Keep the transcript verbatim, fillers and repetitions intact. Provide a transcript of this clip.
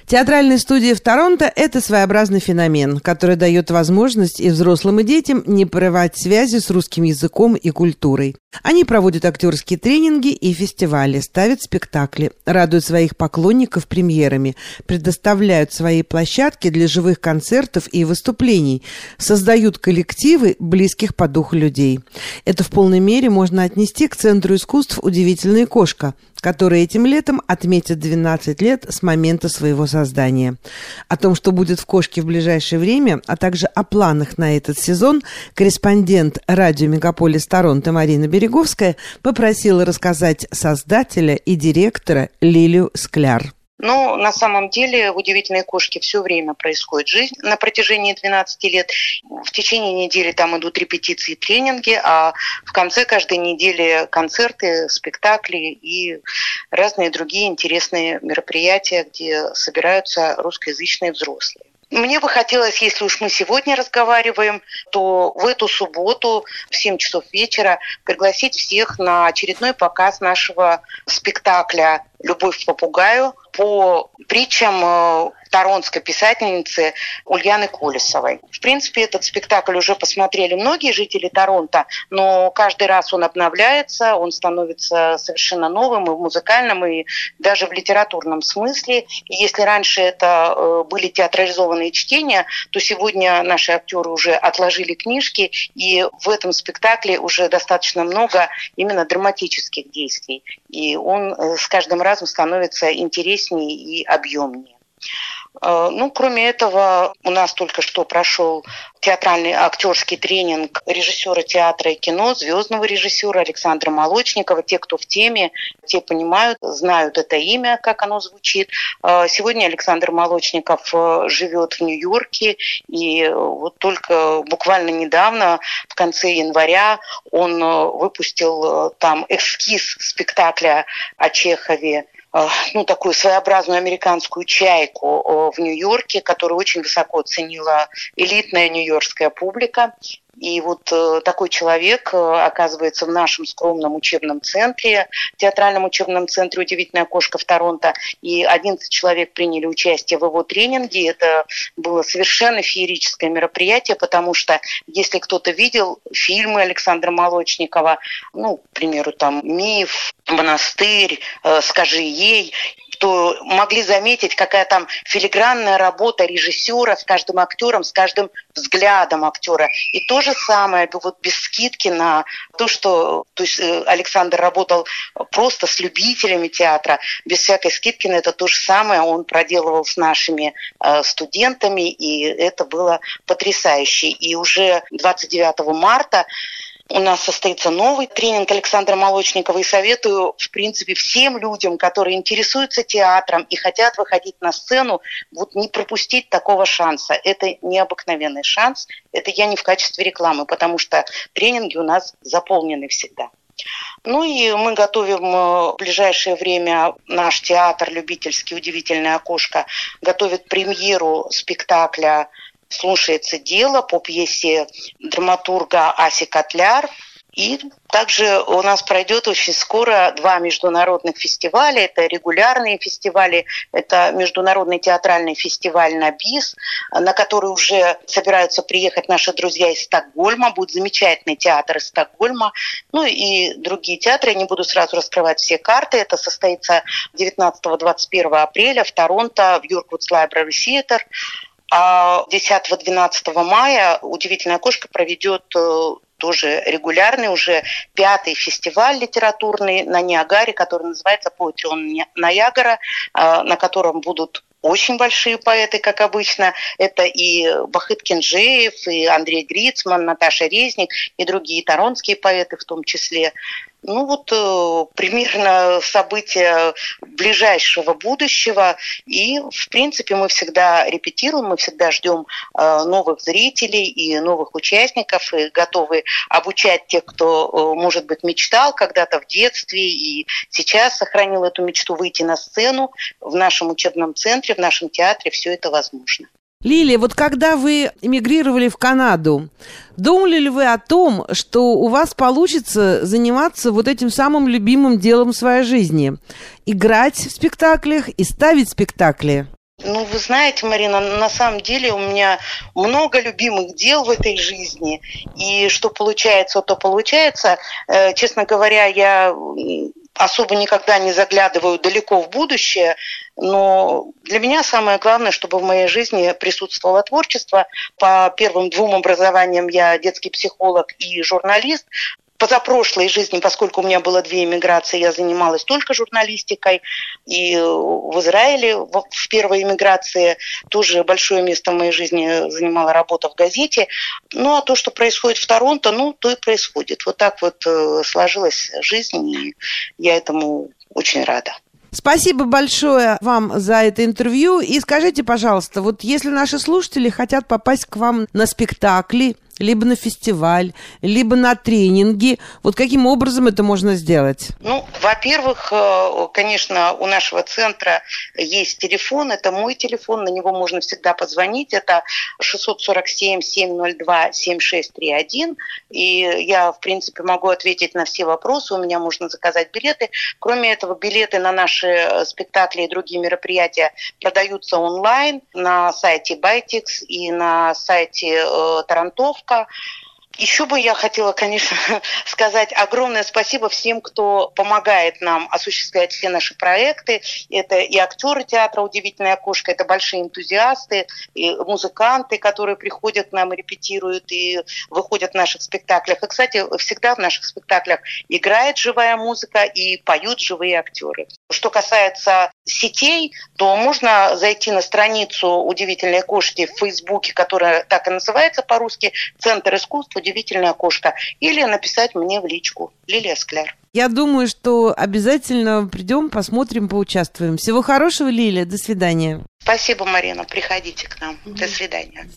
Театральные студии в Торонто – это своеобразный феномен, который дает возможность и взрослым, и детям не порывать связи с русским языком и культурой. Они проводят актерские тренинги и фестивали, ставят спектакли, радуют своих поклонников премьерами, предоставляют свои площадки для живых концертов и выступлений, создают коллективы близких по духу людей. Это в полной мере можно отнести к Центру искусств «Удивительная кошка», который этим летом отметит двенадцать лет с момента своего создания. О том, что будет в «Кошке» в ближайшее время, а также о планах на этот сезон, корреспондент радио «Мегаполис Торонто» Марина Береговская попросила рассказать создателя и директора Лилию Скляр. Ну, на самом деле, в «Удивительной кошке» все время происходит жизнь на протяжении двенадцати лет. В течение недели там идут репетиции и тренинги, а в конце каждой недели концерты, спектакли и разные другие интересные мероприятия, где собираются русскоязычные взрослые. Мне бы хотелось, если уж мы сегодня разговариваем, то в эту субботу в семь часов вечера пригласить всех на очередной показ нашего спектакля «Любовь к попугаю» по притчам торонской писательницы Ульяны Колесовой. В принципе, этот спектакль уже посмотрели многие жители Торонто, но каждый раз он обновляется, он становится совершенно новым и в музыкальном, и даже в литературном смысле. И если раньше это были театрализованные чтения, то сегодня наши актеры уже отложили книжки, и в этом спектакле уже достаточно много именно драматических действий. И он с каждым разом становится интереснее и объемнее. Ну, кроме этого, у нас только что прошел театральный актерский тренинг режиссера театра и кино, звездного режиссера Александра Молочникова. Те, кто в теме, те понимают, знают это имя, как оно звучит. Сегодня Александр Молочников живет в Нью-Йорке, и вот только буквально недавно, в конце января, он выпустил там эскиз спектакля о Чехове, ну, такую своеообразную американскую чайку в Нью-Йорке, которую очень высоко ценила элитная нью-йоркская публика. И вот э, такой человек э, оказывается в нашем скромном учебном центре, театральном учебном центре «Удивительная кошка» в Торонто. И одиннадцать человек приняли участие в его тренинге. Это было совершенно феерическое мероприятие, потому что если кто-то видел фильмы Александра Молочникова, ну, к примеру, там «Миф», «Монастырь», э, «Скажи ей», то могли заметить, какая там филигранная работа режиссера с каждым актером, с каждым взглядом актера. И то же самое, вот без скидки на то, что то есть Александр работал просто с любителями театра, без всякой скидки на это то же самое он проделывал с нашими э, студентами, и это было потрясающе. И уже двадцать девятого марта у нас состоится новый тренинг Александра Молочникова, и советую, в принципе, всем людям, которые интересуются театром и хотят выходить на сцену, вот не пропустить такого шанса. Это необыкновенный шанс. Это я не в качестве рекламы, потому что тренинги у нас заполнены всегда. Ну и мы готовим в ближайшее время, наш театр любительский «Удивительная кошка» готовит премьеру спектакля «Слушается дело» по пьесе драматурга Аси Котляр. И также у нас пройдет очень скоро два международных фестиваля. Это регулярные фестивали. Это международный театральный фестиваль «Набис», на который уже собираются приехать наши друзья из Стокгольма. Будет замечательный театр из Стокгольма. Ну и другие театры. Я не буду сразу раскрывать все карты. Это состоится девятнадцатого-двадцать первого апреля в Торонто в Yorkwood's Library Theatre. А десятого-двенадцатого мая «Удивительная кошка» проведет тоже регулярный, уже пятый фестиваль литературный на Ниагаре, который называется «Poetry on Niagara», на котором будут очень большие поэты, как обычно. Это и Бахыт Кенжеев, и Андрей Грицман, Наташа Резник, и другие торонские поэты в том числе. Ну вот э, примерно события ближайшего будущего. И, в принципе, мы всегда репетируем, мы всегда ждем э, новых зрителей и новых участников, и готовы обучать тех, кто, э, может быть, мечтал когда-то в детстве и сейчас сохранил эту мечту выйти на сцену. В нашем учебном центре, в нашем театре все это возможно. Лилия, вот когда вы эмигрировали в Канаду, думали ли вы о том, что у вас получится заниматься вот этим самым любимым делом в своей жизни? Играть в спектаклях и ставить спектакли? Ну, вы знаете, Марина, на самом деле у меня много любимых дел в этой жизни. И что получается, то получается. Честно говоря, я особо никогда не заглядываю далеко в будущее, но для меня самое главное, чтобы в моей жизни присутствовало творчество. По первым двум образованиям я детский психолог и журналист. Позапрошлой жизни, поскольку у меня было две эмиграции, я занималась только журналистикой. И в Израиле в первой эмиграции тоже большое место в моей жизни занимала работа в газете. Ну, а то, что происходит в Торонто, ну, то и происходит. Вот так вот сложилась жизнь, и я этому очень рада. Спасибо большое вам за это интервью. И скажите, пожалуйста, вот если наши слушатели хотят попасть к вам на спектакли, либо на фестиваль, либо на тренинги, вот каким образом это можно сделать? Ну, во-первых, конечно, у нашего центра есть телефон, это мой телефон, на него можно всегда позвонить, это шестьсот сорок семь семь ноль два семь шесть три один, и я, в принципе, могу ответить на все вопросы, у меня можно заказать билеты. Кроме этого, билеты на наши спектакли и другие мероприятия продаются онлайн на сайте Байтикс и на сайте э, Тарантовка. Еще бы я хотела, конечно, сказать огромное спасибо всем, кто помогает нам осуществлять все наши проекты. Это и актеры театра «Удивительное окошко», это большие энтузиасты, и музыканты, которые приходят к нам и репетируют, и выходят в наших спектаклях. И, кстати, всегда в наших спектаклях играет живая музыка и поют живые актеры. Что касается сетей, то можно зайти на страницу «Удивительной кошки» в Фейсбуке, которая так и называется по-русски «Центр искусств Удивительное окошко», или написать мне в личку. Лилия Скляр. Я думаю, что обязательно придем, посмотрим, поучаствуем. Всего хорошего, Лилия. До свидания. Спасибо, Марина. Приходите к нам. Mm-hmm. До свидания.